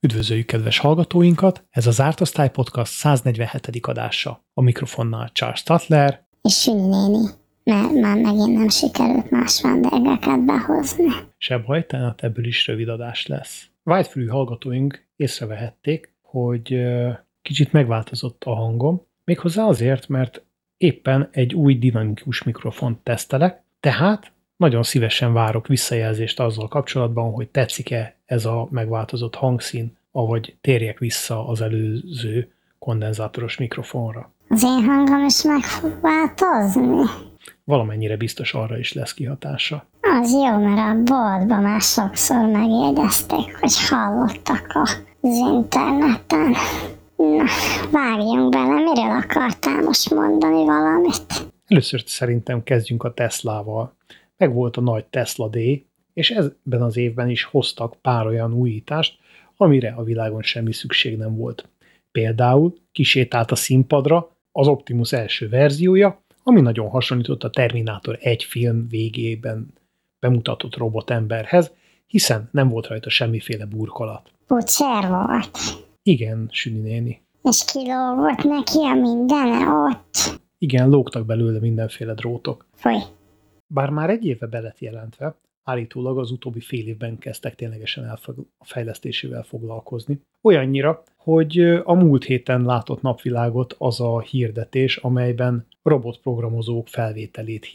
Üdvözöljük kedves hallgatóinkat, ez az Zárt Osztály Podcast 147. adása. A mikrofonnál Charles Tatler és Sünyi néni, mert már megint nem sikerült más vendégeket behozni. Sebb baj, tehát ebből is rövid adás lesz. Vágyfülű hallgatóink észrevehették, hogy kicsit megváltozott a hangom, méghozzá azért, mert éppen egy új dinamikus mikrofont tesztelek, tehát nagyon szívesen várok visszajelzést azzal kapcsolatban, hogy tetszik-e ez a megváltozott hangszín, avagy térjek vissza az előző kondenzátoros mikrofonra. Az én hangom is meg fog változni? Valamennyire biztos arra is lesz kihatása. Az jó, mert a boltban már sokszor megjegyezték, hogy hallottak az interneten. Na, vágjunk bele, miről akartál most mondani valamit? Először szerintem kezdjünk a Teslával. Meg volt a nagy Tesla Day, és ebben az évben is hoztak pár olyan újítást, amire a világon semmi szükség nem volt. Például kisétált a színpadra az Optimus első verziója, ami nagyon hasonlított a Terminátor 1 film végében bemutatott robotemberhez, hiszen nem volt rajta semmiféle burkolat. Pucér volt. Igen, Süni néni. És kilógott neki a mindene ott? Igen, lógtak belőle mindenféle drótok. Foly. Bár már egy éve be lett jelentve, állítólag az utóbbi fél évben kezdtek ténylegesen a fejlesztésével foglalkozni. Olyannyira, hogy a múlt héten látott napvilágot az a hirdetés, amelyben robotprogramozók felvételét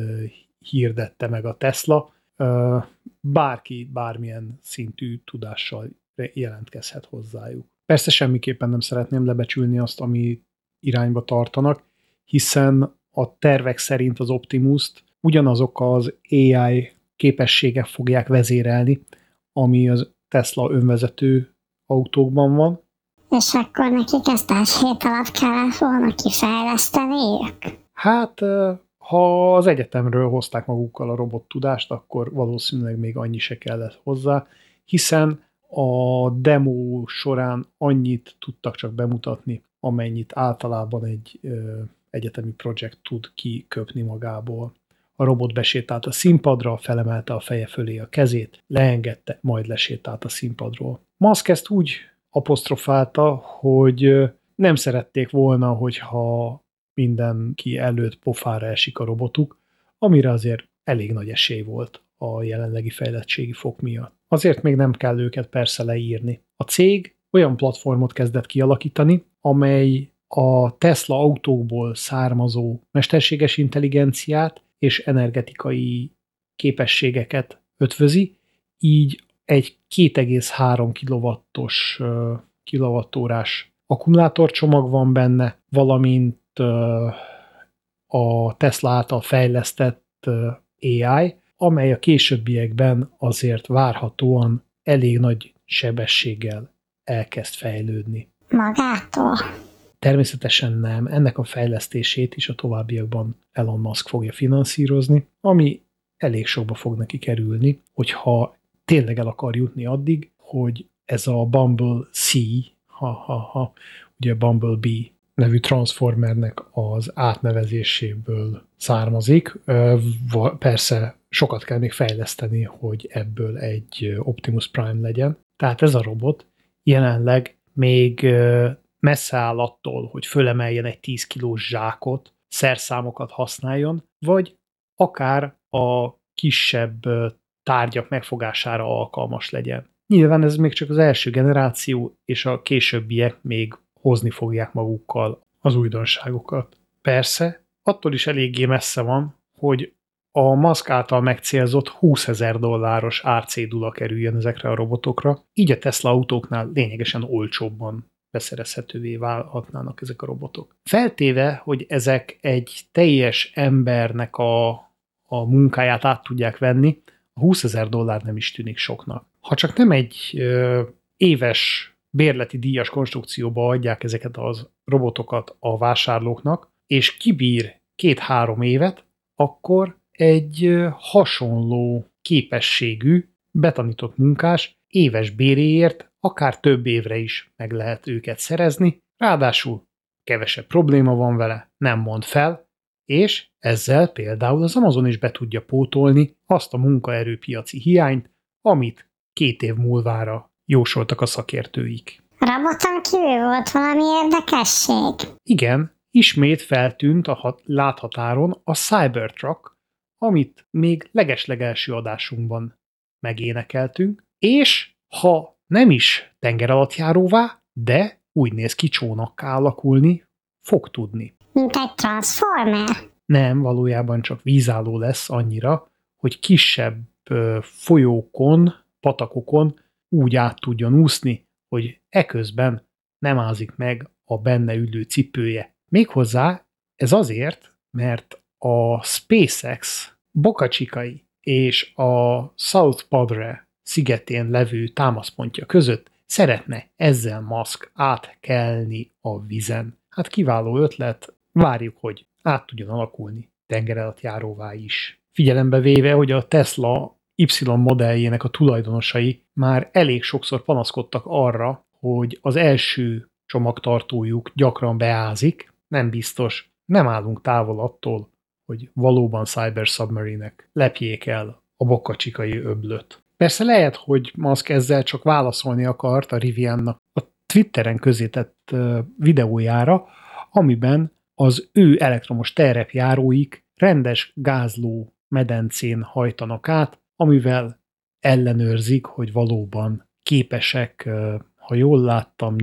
hirdette meg a Tesla. Bárki bármilyen szintű tudással jelentkezhet hozzájuk. Persze semmiképpen nem szeretném lebecsülni azt, ami irányba tartanak, hiszen a tervek szerint az Optimust ugyanazok az AI képességek fogják vezérelni, ami az Tesla önvezető autókban van. És akkor nekik ezt egy hét alatt kellett volna kifejleszteniük? Hát, ha az egyetemről hozták magukkal a robottudást, akkor valószínűleg még annyi se kellett hozzá, hiszen a demo során annyit tudtak csak bemutatni, amennyit általában egy egyetemi projekt tud kiköpni magából. A robot besétált a színpadra, felemelte a feje fölé a kezét, leengedte, majd lesétált a színpadról. Musk ezt úgy apostrofálta, hogy nem szerették volna, hogyha mindenki előtt pofára esik a robotuk, amire azért elég nagy esély volt a jelenlegi fejlettségi fok miatt. Azért még nem kell őket persze leírni. A cég olyan platformot kezdett kialakítani, amely a Tesla autókból származó mesterséges intelligenciát és energetikai képességeket ötvözi, így egy 2,3 kW-os kilowattórás akkumulátorcsomag van benne, valamint a Tesla által fejlesztett AI, amely a későbbiekben azért várhatóan elég nagy sebességgel elkezd fejlődni. Magától? Természetesen nem, ennek a fejlesztését is a továbbiakban Elon Musk fogja finanszírozni, ami elég sokba fog neki kerülni, hogyha tényleg el akar jutni addig, hogy ez a Bumble C, ugye Bumblebee nevű transformernek az átnevezéséből származik. Persze sokat kell még fejleszteni, hogy ebből egy Optimus Prime legyen. Tehát ez a robot jelenleg még messze áll attól, hogy fölemeljen egy 10 kilós zsákot, szerszámokat használjon, vagy akár a kisebb tárgyak megfogására alkalmas legyen. Nyilván ez még csak az első generáció, és a későbbiek még hozni fogják magukkal az újdonságokat. Persze, attól is eléggé messze van, hogy a Musk által megcélzott $20,000 árcédula kerüljön ezekre a robotokra, így a Tesla autóknál lényegesen olcsóbban beszerezhetővé válhatnának ezek a robotok. Feltéve, hogy ezek egy teljes embernek a munkáját át tudják venni, a $20,000 nem is tűnik soknak. Ha csak nem egy éves bérleti díjas konstrukcióba adják ezeket az robotokat a vásárlóknak, és kibír 2-3 évet, akkor egy hasonló képességű, betanított munkás éves béréért akár több évre is meg lehet őket szerezni, ráadásul kevesebb probléma van vele, nem mond fel, és ezzel például az Amazon is be tudja pótolni azt a munkaerőpiaci hiányt, amit 2 év múlvára jósoltak a szakértőik. A roboton kívül volt valami érdekesség? Igen, ismét feltűnt a láthatáron a Cybertruck, amit még legeslegelső adásunkban megénekeltünk, és ha nem is tengeralattjáróvá, de úgy néz ki csónakká alakulni, fog tudni. Mint egy transformer? Nem, valójában csak vízálló lesz annyira, hogy kisebb folyókon, patakokon úgy át tudjon úszni, hogy eközben nem ázik meg a benne ülő cipője. Méghozzá ez azért, mert a SpaceX Boca Chicai és a South Padre szigetén levő támaszpontja között szeretne ezzel Musk átkelni a vízen. Hát kiváló ötlet, várjuk, hogy át tudjon alakulni tengeralattjáróvá is. Figyelembe véve, hogy a Tesla Y modelljének a tulajdonosai már elég sokszor panaszkodtak arra, hogy az első csomagtartójuk gyakran beázik, nem biztos, nem állunk távol attól, hogy valóban Cyber Submarine-ek lepjék el a Boca Chicai öblöt. Persze lehet, hogy Musk ezzel csak válaszolni akart a Riviannak a Twitteren közétett videójára, amiben az ő elektromos terepjáróik rendes gázló medencén hajtanak át, amivel ellenőrzik, hogy valóban képesek, ha jól láttam,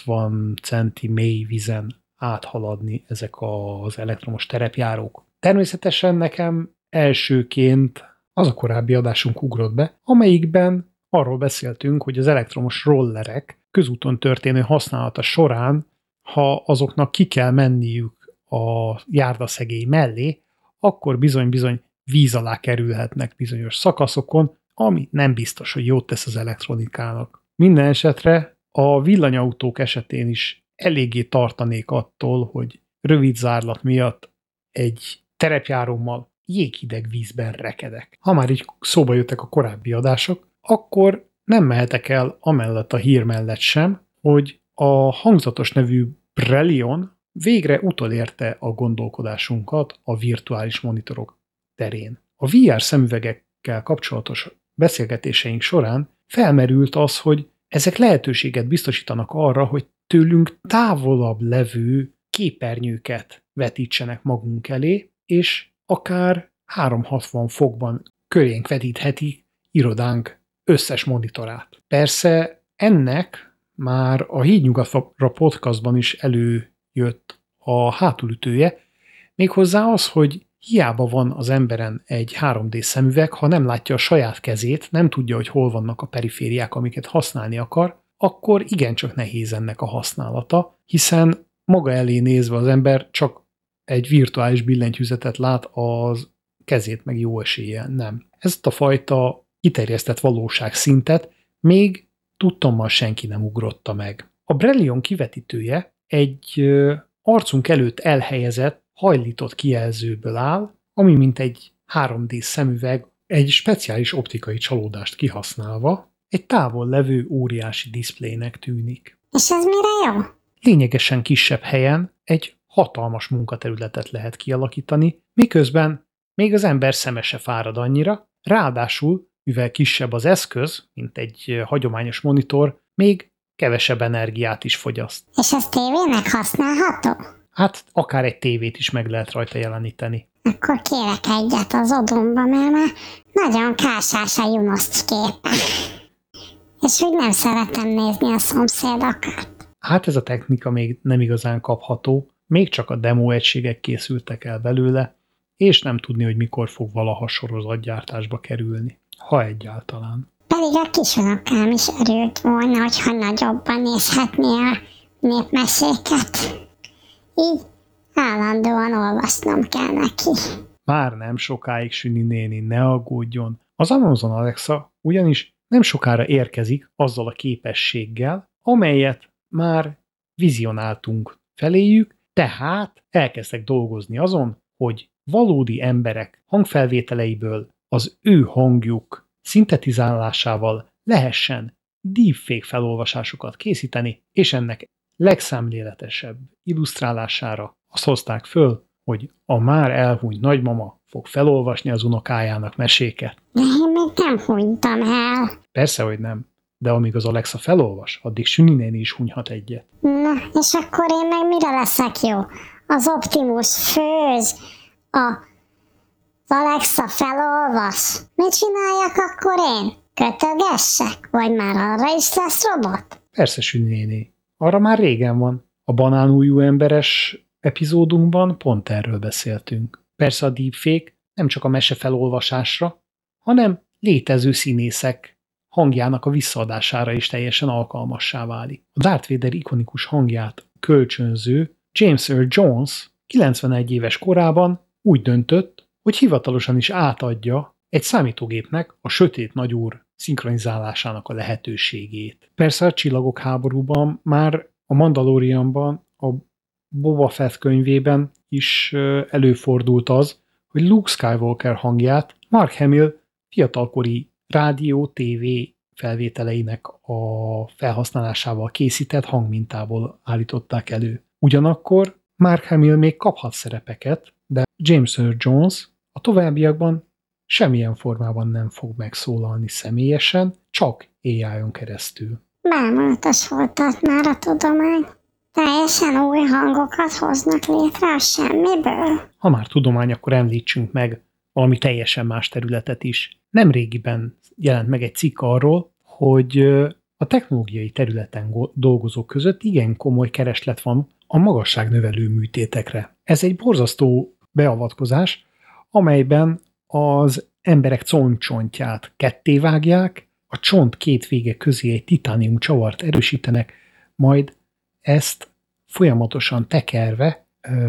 80 centi mély vízen áthaladni ezek az elektromos terepjárók. Természetesen nekem elsőként az a korábbi adásunk ugrott be, amelyikben arról beszéltünk, hogy az elektromos rollerek közúton történő használata során, ha azoknak ki kell menniük a járdaszegély mellé, akkor bizony-bizony víz alá kerülhetnek bizonyos szakaszokon, ami nem biztos, hogy jót tesz az elektronikának. Minden esetre a villanyautók esetén is eléggé tartanék attól, hogy rövid zárlat miatt egy terepjárómmal jéghideg vízben rekedek. Ha már így szóba jöttek a korábbi adások, akkor nem mehetek el amellett a hír mellett sem, hogy a hangzatos nevű Brelion végre utolérte a gondolkodásunkat a virtuális monitorok terén. A VR szemüvegekkel kapcsolatos beszélgetéseink során felmerült az, hogy ezek lehetőséget biztosítanak arra, hogy tőlünk távolabb levő képernyőket vetítsenek magunk elé, és akár 360 fokban körénk vetítheti irodánk összes monitorát. Persze ennek már a Hídnyugatra podcastban is előjött a hátulütője, méghozzá az, hogy hiába van az emberen egy 3D szemüveg, ha nem látja a saját kezét, nem tudja, hogy hol vannak a perifériák, amiket használni akar, akkor igencsak nehéz ennek a használata, hiszen maga elé nézve az ember csak egy virtuális billentyűzetet lát, az kezét meg jó eséllyel nem. Ezt a fajta kiterjesztett valóságszintet még tudtommal senki nem ugrotta meg. A Brelion kivetítője egy arcunk előtt elhelyezett, hajlított kijelzőből áll, ami mint egy 3D szemüveg egy speciális optikai csalódást kihasználva egy távol levő óriási diszplének tűnik. És ez mire jó? Lényegesen kisebb helyen egy hatalmas munkaterületet lehet kialakítani, miközben még az ember szeme se fárad annyira, ráadásul, mivel kisebb az eszköz, mint egy hagyományos monitor, még kevesebb energiát is fogyaszt. És ez tévének használható? Hát akár egy tévét is meg lehet rajta jeleníteni. Akkor kérek egyet az odomba, mert már nagyon kásás a Junoszt képe. És úgy nem szeretem nézni a szomszédokat. Hát ez a technika még nem igazán kapható, még csak a demo egységek készültek el belőle, és nem tudni, hogy mikor fog valaha sorozatgyártásba kerülni, ha egyáltalán. Pedig a kisunokám is örült volna, hogyha nagyobban nézhetné a népmeséket. Így állandóan olvasnom kell neki. Már nem sokáig, Süni néni, ne aggódjon. Az Amazon Alexa ugyanis nem sokára érkezik azzal a képességgel, amelyet már vizionáltunk feléjük, tehát elkezdtek dolgozni azon, hogy valódi emberek hangfelvételeiből az ő hangjuk szintetizálásával lehessen deepfake felolvasásokat készíteni, és ennek legszemléletesebb illusztrálására azt hozták föl, hogy a már elhunyt nagymama fog felolvasni az unokájának meséket. De én még nem hunytam el. Persze, hogy nem. de amíg az Alexa felolvas, addig Süni néni is hunyhat egyet. Na, és akkor én meg mire leszek jó? Az Optimus főz, az Alexa felolvas. Mit csináljak akkor én? Kötögessek? Vagy már arra is lesz robot? Persze, Süni néni. Arra már régen van. A banánújú emberes epizódunkban pont erről beszéltünk. Persze a deepfake nem csak a mese felolvasásra, hanem létező színészek hangjának a visszaadására is teljesen alkalmassá válik. A Darth Vader ikonikus hangját kölcsönző James Earl Jones 91 éves korában úgy döntött, hogy hivatalosan is átadja egy számítógépnek a Sötét Nagyúr szinkronizálásának a lehetőségét. Persze a Csillagok háborúban már a Mandalorianban, a Boba Fett könyvében is előfordult az, hogy Luke Skywalker hangját Mark Hamill fiatalkori rádió, TV felvételeinek a felhasználásával készített hangmintából állították elő. Ugyanakkor Mark Hamill még kaphat szerepeket, de James Earl Jones a továbbiakban semmilyen formában nem fog megszólalni személyesen, csak AI-on keresztül. Bámulatos volt már a tudomány. Teljesen új hangokat hoznak létre a semmiből. Ha már tudomány, akkor említsünk meg valami teljesen más területet is. Nemrégiben jelent meg egy cikk arról, hogy a technológiai területen dolgozók között igen komoly kereslet van a magasságnövelő műtétekre. Ez egy borzasztó beavatkozás, amelyben az emberek csontcsontját kettévágják, a csont két vége közé egy titánium csavart erősítenek, majd ezt folyamatosan tekerve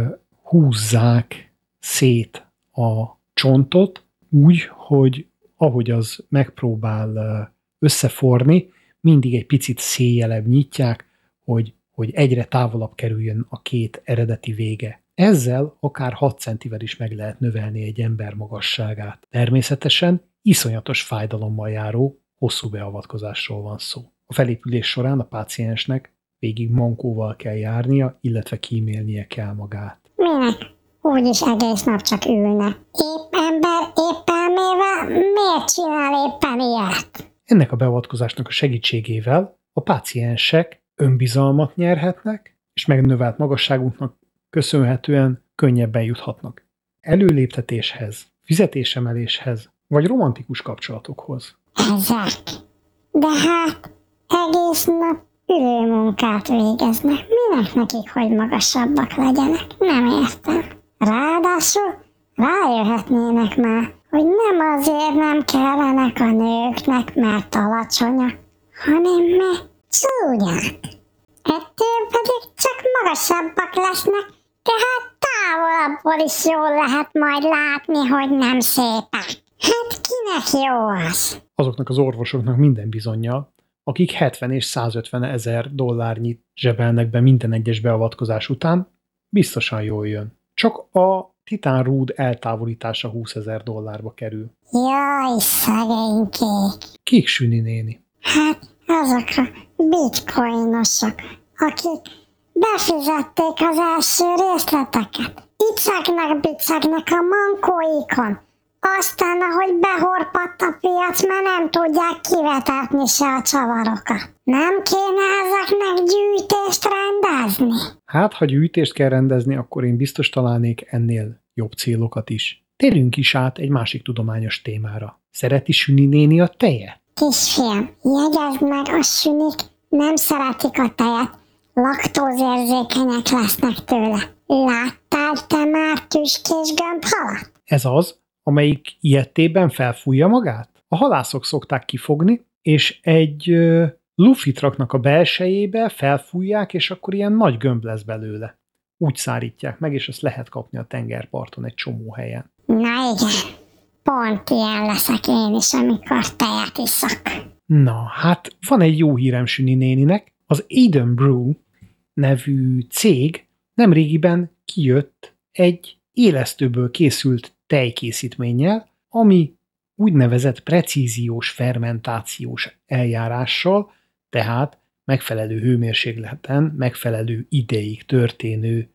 húzzák szét a csontot úgy, hogy ahogy az megpróbál összeforni, mindig egy picit széjjelebb nyitják, hogy egyre távolabb kerüljön a két eredeti vége. Ezzel akár 6 centivel is meg lehet növelni egy ember magasságát. Természetesen iszonyatos fájdalommal járó, hosszú beavatkozásról van szó. A felépülés során a páciensnek végig mankóval kell járnia, illetve kímélnie kell magát. Minek? Úgyis egész nap csak ülne. Épp ember, épp elmével, miért csinál éppen ilyet? Ennek a beavatkozásnak a segítségével a páciensek önbizalmat nyerhetnek, és megnövelt magasságuknak köszönhetően könnyebben juthatnak előléptetéshez, fizetésemeléshez, vagy romantikus kapcsolatokhoz. Ezek. De hát egész nap ülőmunkát végeznek. Minek nekik, hogy magasabbak legyenek? Nem értem. Ráadásul rájöhetnének már, hogy nem azért nem kellenek a nőknek, mert alacsonyak, hanem mert csúnyák. Ettől pedig csak magasabbak lesznek, tehát távolabbról is jól lehet majd látni, hogy nem szépek. Hát kinek jó az? Azoknak az orvosoknak minden bizonnyal, akik 70 és 150 ezer dollárnyit zsebelnek be minden egyes beavatkozás után, biztosan jól jön. Csak a titánrúd eltávolítása 20 000 dollárba kerül. Jaj, szegénykék. Kik, Süni néni? Hát azok a bitcoinosok, akik befizették az első részleteket. Icegnek-bicegnek a mankóikon. Aztán, ahogy behorpadt a piac, már nem tudják kivetetni se a csavarokat. Nem kéne ezeknek gyűjtést rendezni? Hát, ha gyűjtést kell rendezni, akkor én biztos találnék ennél jobb célokat is. Térjünk is át egy másik tudományos témára. Szereti Süni néni a tejet? Kisfiam, jegyezd meg, a sünik nem szeretik a tejet, laktózérzékenyek lesznek tőle. Láttál te már tüskés gömbhalat? Ez az, amelyik ilyettében felfújja magát? A halászok szokták kifogni, és egy lufit raknak a belsejébe, felfújják, és akkor ilyen nagy gömb lesz belőle. Úgy szárítják meg, és azt lehet kapni a tengerparton egy csomó helyen. Na igen, pont ilyen leszek én is, amikor tejet iszok. Na, hát van egy jó hírem Süni néninek. Az Eden Brew nevű cég nemrégiben kijött egy élesztőből készült tejkészítménnyel, ami úgynevezett precíziós fermentációs eljárással, tehát megfelelő hőmérsékleten, megfelelő ideig történő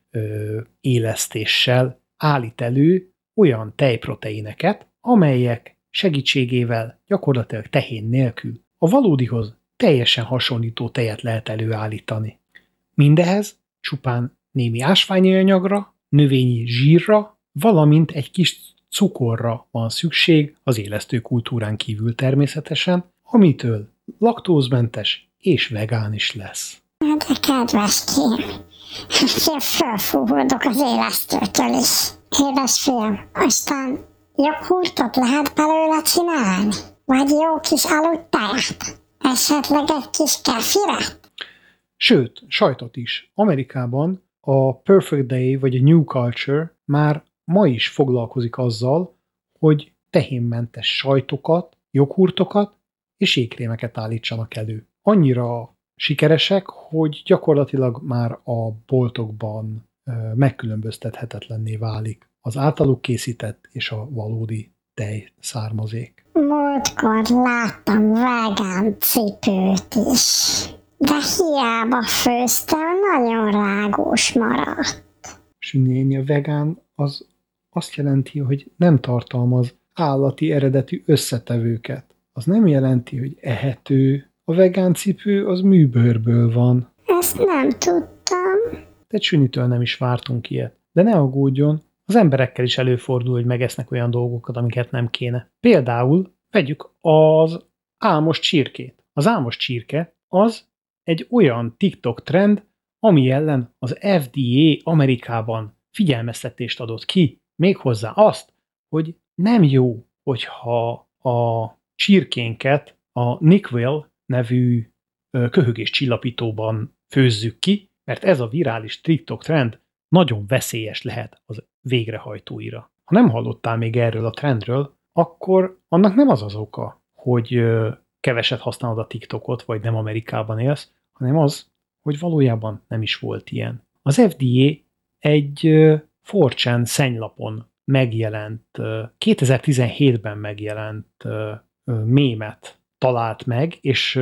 élesztéssel állít elő olyan tejproteineket, amelyek segítségével gyakorlatilag tehén nélkül a valódihoz teljesen hasonlító tejet lehet előállítani. Mindehez csupán némi ásványi anyagra, növényi zsírra, valamint egy kis cukorra van szükség az élesztő kultúrán kívül természetesen, amitől laktózmentes és vegán is lesz. De kedveském, én fölfúvódok az élesztőtől is. Édesfiam, aztán joghurtot lehet belőle csinálni? Vagy jó kis aludteját? Esetleg egy kis kefiret? Sőt, sajtot is. Amerikában a Perfect Day vagy a New Culture már ma is foglalkozik azzal, hogy tehénmentes sajtokat, joghurtokat és ékrémeket állítsanak elő. Annyira sikeresek, hogy gyakorlatilag már a boltokban megkülönböztethetetlenné válik az általuk készített és a valódi tejszármazék. Múltkor láttam vegán cipőt is, de hiába főztem, nagyon rágós maradt. Sünéni, a vegán az azt jelenti, hogy nem tartalmaz állati eredetű összetevőket. Az nem jelenti, hogy ehető. A vegán cipő az műbőrből van. Ezt nem tudtam. Egy sünitől nem is vártunk ilyet. De ne aggódjon, az emberekkel is előfordul, hogy megesznek olyan dolgokat, amiket nem kéne. Például vegyük az álmos csirkét. Az álmos csirke az egy olyan TikTok trend, ami ellen az FDA Amerikában figyelmeztetést adott ki, méghozzá azt, hogy nem jó, hogyha a csirkénket a NyQuil nevű köhögés csillapítóban főzzük ki, mert ez a virális TikTok trend nagyon veszélyes lehet az végrehajtóira. Ha nem hallottál még erről a trendről, akkor annak nem az oka, hogy keveset használod a TikTokot, vagy nem Amerikában élsz, hanem az, hogy valójában nem is volt ilyen. Az FDA egy 4chan szennylapon megjelent, 2017-ben megjelent mémet talált meg,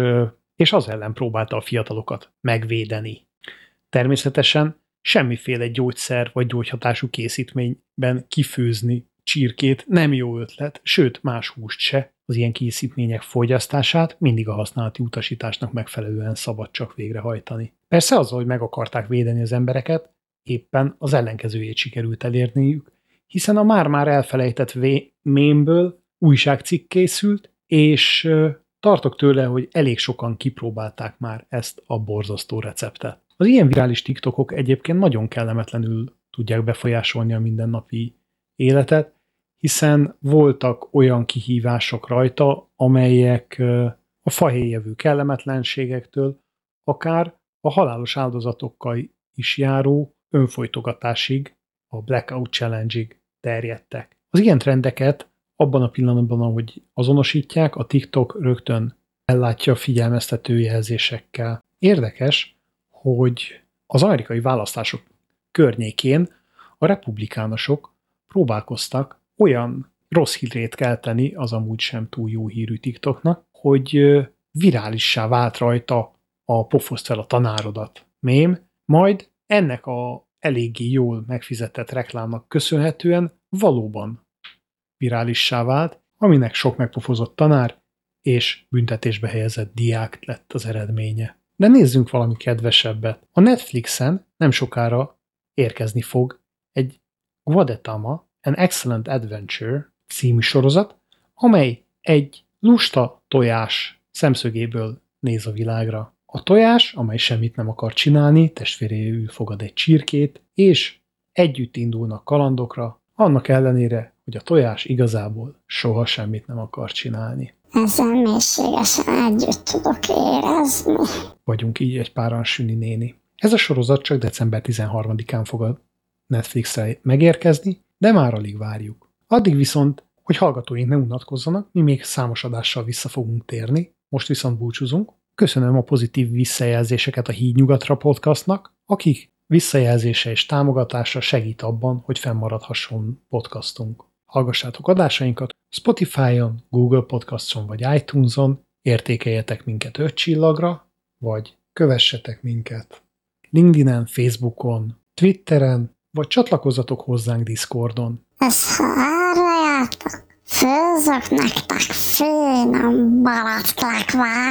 és az ellen próbálta a fiatalokat megvédeni. Természetesen semmiféle gyógyszer vagy gyógyhatású készítményben kifőzni csirkét nem jó ötlet, sőt más húst se. Az ilyen készítmények fogyasztását mindig a használati utasításnak megfelelően szabad csak végrehajtani. Persze azzal, hogy meg akarták védeni az embereket, éppen az ellenkezőjét sikerült elérniük, hiszen a már-már elfelejtett mémből újságcikk készült, és tartok tőle, hogy elég sokan kipróbálták már ezt a borzasztó receptet. Az ilyen virális TikTokok egyébként nagyon kellemetlenül tudják befolyásolni a mindennapi életet, hiszen voltak olyan kihívások rajta, amelyek a fahéjjevő kellemetlenségektől, akár a halálos áldozatokkal is járó önfojtogatásig, a Blackout Challenge-ig terjedtek. Az ilyen trendeket abban a pillanatban, ahogy azonosítják, a TikTok rögtön ellátja figyelmeztető jelzésekkel. Érdekes, hogy az amerikai választások környékén a republikánusok próbálkoztak olyan rossz hírét kelteni az amúgy sem túl jó hírű TikToknak, hogy virálissá vált rajta a pofozd fel a tanárodat mém, majd ennek a eléggé jól megfizetett reklámnak köszönhetően valóban virálissá vált, aminek sok megpofozott tanár és büntetésbe helyezett diák lett az eredménye. De nézzünk valami kedvesebbet. A Netflixen nem sokára érkezni fog egy Guadetama, An Excellent Adventure című sorozat, amely egy lusta tojás szemszögéből néz a világra. A tojás, amely semmit nem akar csinálni, testvéréül fogad egy csirkét, és együtt indulnak kalandokra, annak ellenére, hogy a tojás igazából soha semmit nem akar csinálni. Ezzel mélységesen együtt tudok érezni. Vagyunk így egy páran Süni néni. Ez a sorozat csak december 13-án fog a Netflixre megérkezni, de már alig várjuk. Addig viszont, hogy hallgatóink ne unatkozzanak, mi még számos adással vissza fogunk térni, most viszont búcsúzunk. Köszönöm a pozitív visszajelzéseket a Híd Nyugatra podcastnak, akik visszajelzése és támogatása segít abban, hogy fennmaradhasson podcastunk. Hallgassátok adásainkat Spotify-on, Google Podcaston vagy iTunes-on, értékeljetek minket 5 csillagra, vagy kövessetek minket LinkedIn-en, Facebookon, Twitteren, vagy csatlakozzatok hozzánk Discordon. Ez ha arra jártok, főzök nektek finom balacklákvárt.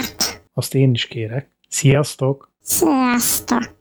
azt én is kérek. Sziasztok! Sziasztok!